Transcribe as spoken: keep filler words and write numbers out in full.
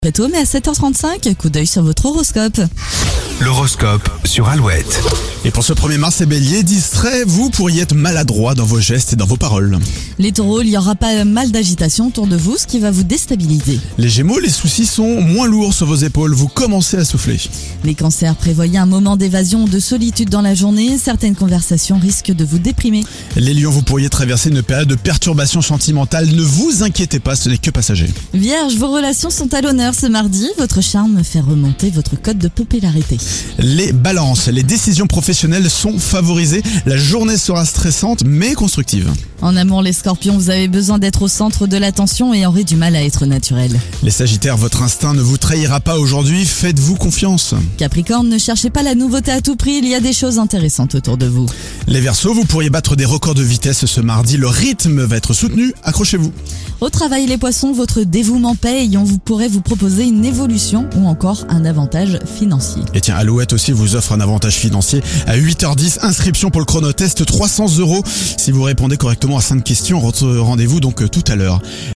Très tôt, mais à sept heures trente-cinq, coup d'œil sur votre horoscope. L'horoscope sur Alouette. Et pour ce premier mars, les béliers, distrait, vous pourriez être maladroit dans vos gestes et dans vos paroles. Les taureaux, il y aura pas mal d'agitation autour de vous, ce qui va vous déstabiliser. Les gémeaux, les soucis sont moins lourds sur vos épaules, vous commencez à souffler. Les cancers, prévoyez un moment d'évasion ou de solitude dans la journée, certaines conversations risquent de vous déprimer. Les lions, vous pourriez traverser une période de perturbation sentimentale, ne vous inquiétez pas, ce n'est que passager. Vierge, vos relations sont à l'honneur ce mardi, votre charme fait remonter votre cote de popularité. Les balances, les décisions professionnelles sont favorisées, la journée sera stressante mais constructive. En amour, les scorpions, vous avez besoin d'être au centre de l'attention et aurez du mal à être naturel. Les sagittaires, votre instinct ne vous trahira pas aujourd'hui, faites-vous confiance. Capricorne, ne cherchez pas la nouveauté à tout prix, il y a des choses intéressantes autour de vous. Les verseaux, vous pourriez battre des records de vitesse ce mardi, le rythme va être soutenu, accrochez-vous. Au travail, les poissons, votre dévouement paye et on vous pourrait vous proposer une évolution ou encore un avantage financier. Et tiens, Alouette aussi vous offre un avantage financier à huit heures dix, inscription pour le chronotest, trois cents euros. Si vous répondez correctement à cinq questions, rendez-vous donc tout à l'heure.